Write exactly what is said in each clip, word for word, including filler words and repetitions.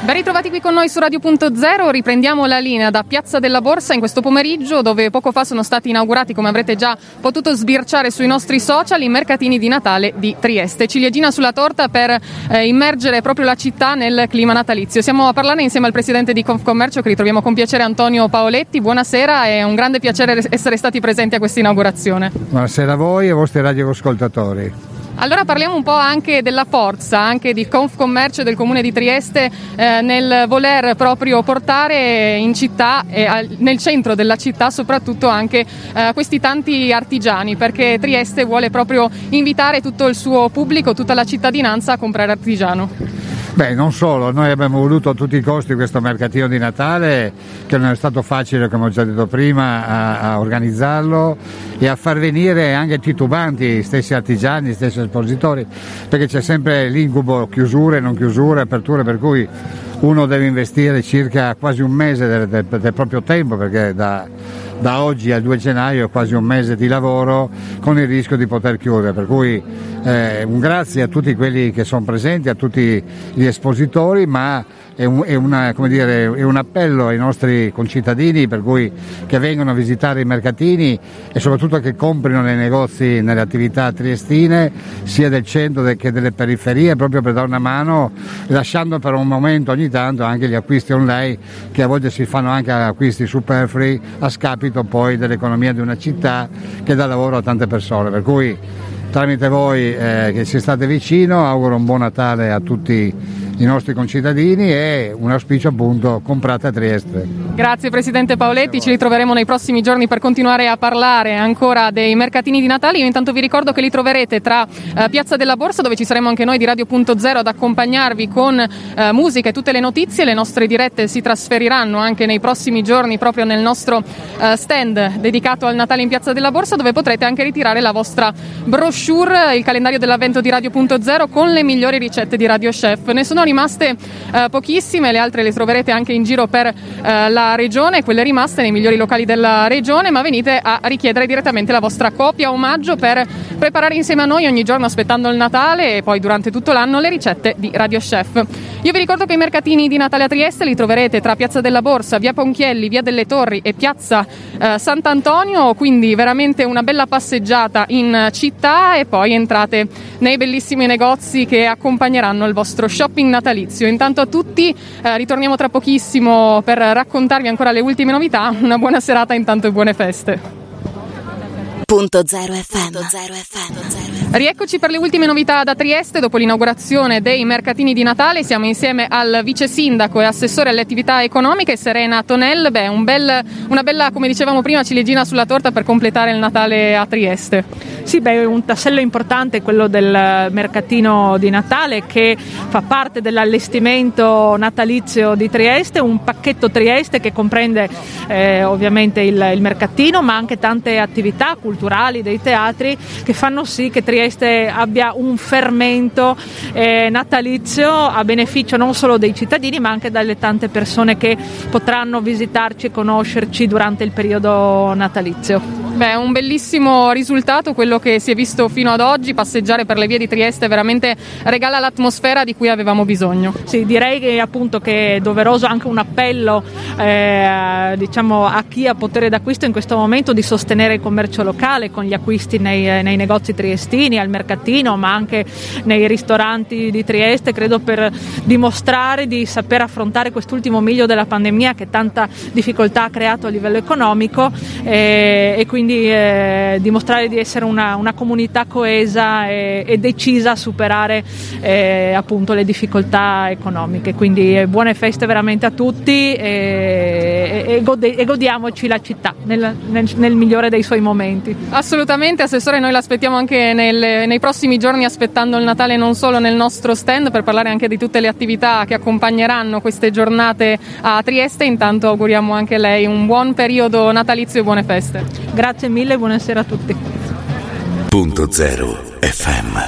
Ben ritrovati qui con noi su Radio Punto Zero, riprendiamo la linea da Piazza della Borsa in questo pomeriggio, dove poco fa sono stati inaugurati, come avrete già potuto sbirciare sui nostri social, i mercatini di Natale di Trieste. Ciliegina sulla torta per eh, immergere proprio la città nel clima natalizio. Siamo a parlare insieme al presidente di Confcommercio, che ritroviamo con piacere, Antonio Paoletti. Buonasera, è un grande piacere essere stati presenti a questa inaugurazione. Buonasera a voi e ai vostri radioascoltatori. Allora parliamo un po' anche della forza anche di Confcommercio e del Comune di Trieste eh, nel voler proprio portare in città e al, nel centro della città soprattutto anche eh, questi tanti artigiani, perché Trieste vuole proprio invitare tutto il suo pubblico, tutta la cittadinanza a comprare artigiano. Beh, non solo, noi abbiamo voluto a tutti i costi questo mercatino di Natale, che non è stato facile, come ho già detto prima, a, a organizzarlo e a far venire anche titubanti, stessi artigiani, stessi espositori, perché c'è sempre l'incubo chiusure, non chiusure, aperture, per cui uno deve investire circa quasi un mese del, del, del proprio tempo, perché da, da oggi al due gennaio è quasi un mese di lavoro con il rischio di poter chiudere, per cui eh, un grazie a tutti quelli che sono presenti, a tutti gli espositori, ma è un, è una, come dire, è un appello ai nostri concittadini, per cui che vengono a visitare i mercatini e soprattutto che comprino nei negozi, nelle attività triestine, sia del centro che delle periferie, proprio per dare una mano, lasciando per un momento ogni tanto anche gli acquisti online, che a volte si fanno anche acquisti superflui a scapito poi dell'economia di una città che dà lavoro a tante persone, per cui tramite voi eh, che ci state vicino auguro un buon Natale a tutti i nostri concittadini e un auspicio appunto: comprate a Trieste. Grazie Presidente Paoletti, ci ritroveremo nei prossimi giorni per continuare a parlare ancora dei mercatini di Natale. Io intanto vi ricordo che li troverete tra eh, Piazza della Borsa, dove ci saremo anche noi di Radio Punto Zero ad accompagnarvi con eh, musica e tutte le notizie. Le nostre dirette si trasferiranno anche nei prossimi giorni proprio nel nostro eh, stand dedicato al Natale in Piazza della Borsa, dove potrete anche ritirare la vostra brochure, il calendario dell'avvento di Radio Punto Zero con le migliori ricette di Radio Chef. Ne sono rimaste eh, pochissime, le altre le troverete anche in giro per eh, la regione, quelle rimaste nei migliori locali della regione, ma venite a richiedere direttamente la vostra copia omaggio per preparare insieme a noi ogni giorno, aspettando il Natale e poi durante tutto l'anno, le ricette di Radio Chef. Io vi ricordo che i mercatini di Natale a Trieste li troverete tra Piazza della Borsa, Via Ponchielli, Via delle Torri e Piazza eh, Sant'Antonio, quindi veramente una bella passeggiata in città e poi entrate nei bellissimi negozi che accompagneranno il vostro shopping natalizio. Intanto a tutti eh, ritorniamo tra pochissimo per raccontarvi ancora le ultime novità. Una buona serata intanto e buone feste. Punto zero F M. Punto zero F M. Rieccoci per le ultime novità da Trieste. Dopo l'inaugurazione dei mercatini di Natale siamo insieme al vice sindaco e assessore alle attività economiche Serena Tonel. Beh, un bel, una bella, come dicevamo prima, ciliegina sulla torta per completare il Natale a Trieste. Sì, beh, un tassello importante quello del mercatino di Natale, che fa parte dell'allestimento natalizio di Trieste, un pacchetto Trieste che comprende eh, ovviamente il, il mercatino, ma anche tante attività culturali, dei teatri, che fanno sì che Trieste abbia un fermento eh, natalizio a beneficio non solo dei cittadini, ma anche dalle tante persone che potranno visitarci e conoscerci durante il periodo natalizio. Beh, un bellissimo risultato quello che si è visto fino ad oggi. Passeggiare per le vie di Trieste veramente regala l'atmosfera di cui avevamo bisogno. Sì, direi che appunto che è doveroso anche un appello eh, diciamo a chi ha potere d'acquisto in questo momento di sostenere il commercio locale con gli acquisti nei, nei negozi triestini, al mercatino, ma anche nei ristoranti di Trieste, credo, per dimostrare di saper affrontare quest'ultimo miglio della pandemia che tanta difficoltà ha creato a livello economico eh, e quindi Eh, dimostrare di essere una, una comunità coesa e, e decisa a superare eh, appunto le difficoltà economiche. Quindi eh, buone feste veramente a tutti e, e, gode, e godiamoci la città nel, nel, nel migliore dei suoi momenti. Assolutamente, Assessore, noi l'aspettiamo anche nel, nei prossimi giorni, aspettando il Natale non solo nel nostro stand, per parlare anche di tutte le attività che accompagneranno queste giornate a Trieste. Intanto auguriamo anche a lei un buon periodo natalizio e buone feste. Grazie mille, buonasera a tutti. Punto zero F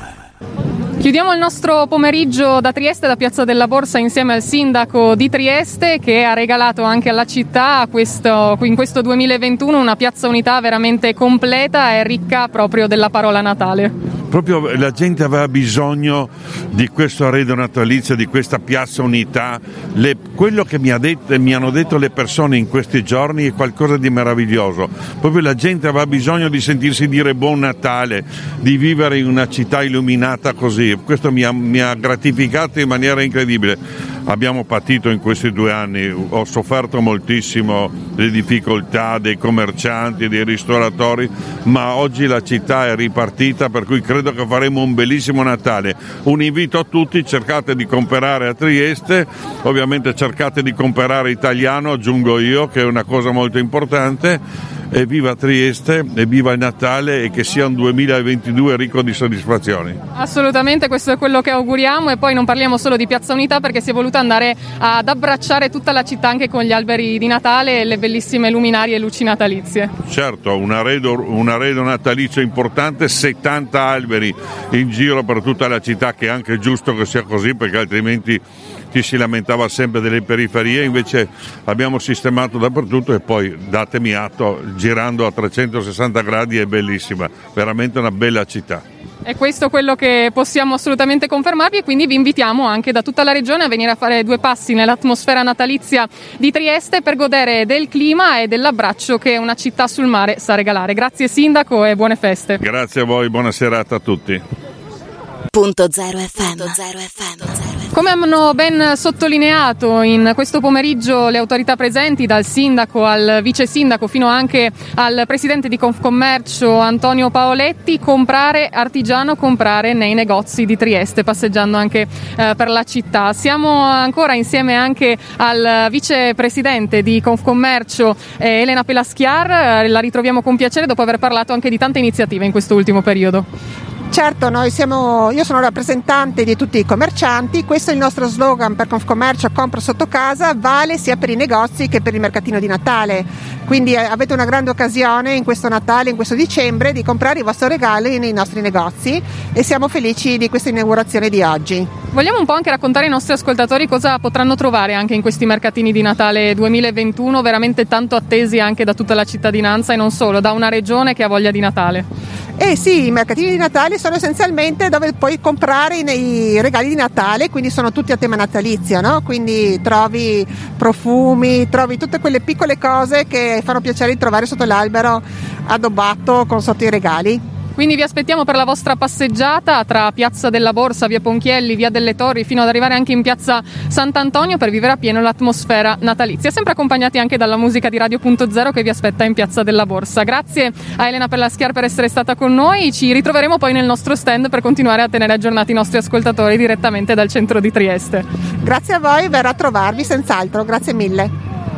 M. Chiudiamo il nostro pomeriggio da Trieste, da Piazza della Borsa, insieme al sindaco di Trieste, che ha regalato anche alla città questo, in questo duemilaventuno una piazza unità veramente completa e ricca proprio della parola Natale. proprio la gente aveva bisogno di questo arredo natalizio, di questa piazza Unità. Le, quello che mi, ha detto, mi hanno detto le persone in questi giorni è qualcosa di meraviglioso, proprio la gente aveva bisogno di sentirsi dire buon Natale, di vivere in una città illuminata così. Questo mi ha, mi ha gratificato in maniera incredibile. Abbiamo patito in questi due anni, ho sofferto moltissimo le difficoltà dei commercianti, dei ristoratori, ma oggi la città è ripartita, per cui credo che faremo un bellissimo Natale. Un invito a tutti: cercate di comprare a Trieste, ovviamente cercate di comprare italiano, aggiungo io, che è una cosa molto importante. E viva Trieste, e viva il Natale, e che sia un duemilaventidue ricco di soddisfazioni. Assolutamente, questo è quello che auguriamo. E poi non parliamo solo di Piazza Unità, perché si è voluto andare ad abbracciare tutta la città anche con gli alberi di Natale e le bellissime luminarie e luci natalizie. Certo, un arredo, un arredo natalizio importante, settanta alberi in giro per tutta la città, che è anche giusto che sia così, perché altrimenti ci si lamentava sempre delle periferie. Invece abbiamo sistemato dappertutto, e poi datemi atto, girando a trecentosessanta gradi è bellissima, veramente una bella città. È questo quello che possiamo assolutamente confermarvi, e quindi vi invitiamo anche da tutta la regione a venire a fare due passi nell'atmosfera natalizia di Trieste per godere del clima e dell'abbraccio che una città sul mare sa regalare. Grazie Sindaco e buone feste. Grazie a voi, buona serata a tutti. Punto zero F M. Come hanno ben sottolineato in questo pomeriggio le autorità presenti, dal sindaco al vice sindaco fino anche al presidente di Confcommercio Antonio Paoletti, comprare artigiano, comprare nei negozi di Trieste, passeggiando anche eh, per la città. Siamo ancora insieme anche al vicepresidente di Confcommercio eh, Elena Pelaschiar, eh, la ritroviamo con piacere dopo aver parlato anche di tante iniziative in questo ultimo periodo. Certo, noi siamo, io sono rappresentante di tutti i commercianti. Questo è il nostro slogan per Confcommercio: compra sotto casa, vale sia per i negozi che per il mercatino di Natale. Quindi eh, avete una grande occasione in questo Natale, in questo dicembre, di comprare i vostri regali nei nostri negozi, e siamo felici di questa inaugurazione di oggi. Vogliamo un po' anche raccontare ai nostri ascoltatori cosa potranno trovare anche in questi mercatini di Natale duemilaventuno, veramente tanto attesi anche da tutta la cittadinanza e non solo, da una regione che ha voglia di Natale. Eh sì, i mercatini di Natale sono essenzialmente dove puoi comprare i regali di Natale, quindi sono tutti a tema natalizio, no? Quindi trovi profumi, trovi tutte quelle piccole cose che fanno piacere di trovare sotto l'albero addobbato con sotto i regali. Quindi vi aspettiamo per la vostra passeggiata tra Piazza della Borsa, Via Ponchielli, Via delle Torri, fino ad arrivare anche in Piazza Sant'Antonio, per vivere appieno l'atmosfera natalizia, sempre accompagnati anche dalla musica di Radio Punto Zero che vi aspetta in Piazza della Borsa. Grazie a Elena Pelaschiar per essere stata con noi, ci ritroveremo poi nel nostro stand per continuare a tenere aggiornati i nostri ascoltatori direttamente dal centro di Trieste. Grazie a voi, verrò a trovarvi senz'altro, grazie mille.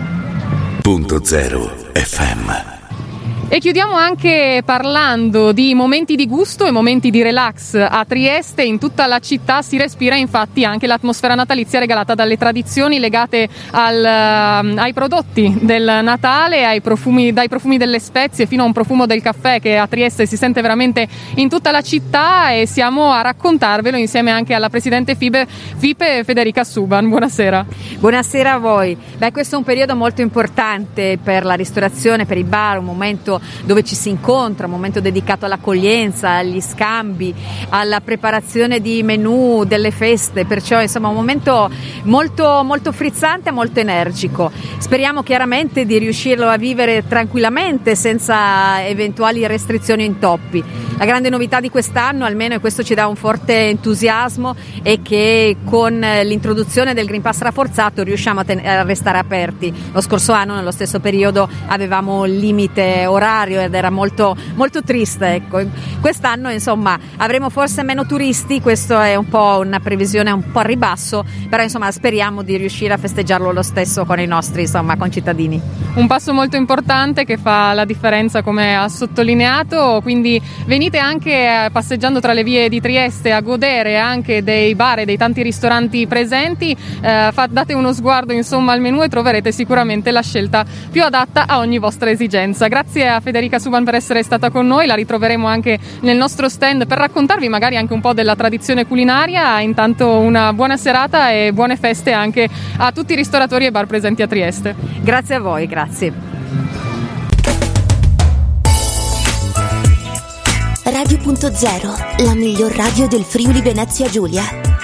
Punto Zero F M. E chiudiamo anche parlando di momenti di gusto e momenti di relax a Trieste. In tutta la città si respira infatti anche l'atmosfera natalizia regalata dalle tradizioni legate al, ai prodotti del Natale, ai profumi, dai profumi delle spezie fino a un profumo del caffè che a Trieste si sente veramente in tutta la città, e siamo a raccontarvelo insieme anche alla presidente FIBE, FIPE Federica Suban. Buonasera. Buonasera a voi. Beh, questo è un periodo molto importante per la ristorazione, per i bar, un momento dove ci si incontra, un momento dedicato all'accoglienza, agli scambi, alla preparazione di menù delle feste, perciò insomma un momento molto, molto frizzante e molto energico. Speriamo chiaramente di riuscirlo a vivere tranquillamente senza eventuali restrizioni o intoppi. La grande novità di quest'anno, almeno, e questo ci dà un forte entusiasmo, è che con l'introduzione del Green Pass rafforzato riusciamo a, ten- a restare aperti. Lo scorso anno nello stesso periodo avevamo un limite orario ed era molto, molto triste, ecco. Quest'anno insomma avremo forse meno turisti, questo è un po' una previsione un po' a ribasso, però insomma speriamo di riuscire a festeggiarlo lo stesso con i nostri insomma concittadini. Un passo molto importante che fa la differenza, come ha sottolineato, quindi venite anche passeggiando tra le vie di Trieste a godere anche dei bar e dei tanti ristoranti presenti, eh, fa, date uno sguardo insomma al menù e troverete sicuramente la scelta più adatta a ogni vostra esigenza. Grazie a Federica Suban per essere stata con noi, la ritroveremo anche nel nostro stand per raccontarvi magari anche un po' della tradizione culinaria. Intanto una buona serata e buone feste anche a tutti i ristoratori e bar presenti a Trieste. Grazie a voi, grazie. Radio punto zero, la miglior radio del Friuli Venezia Giulia.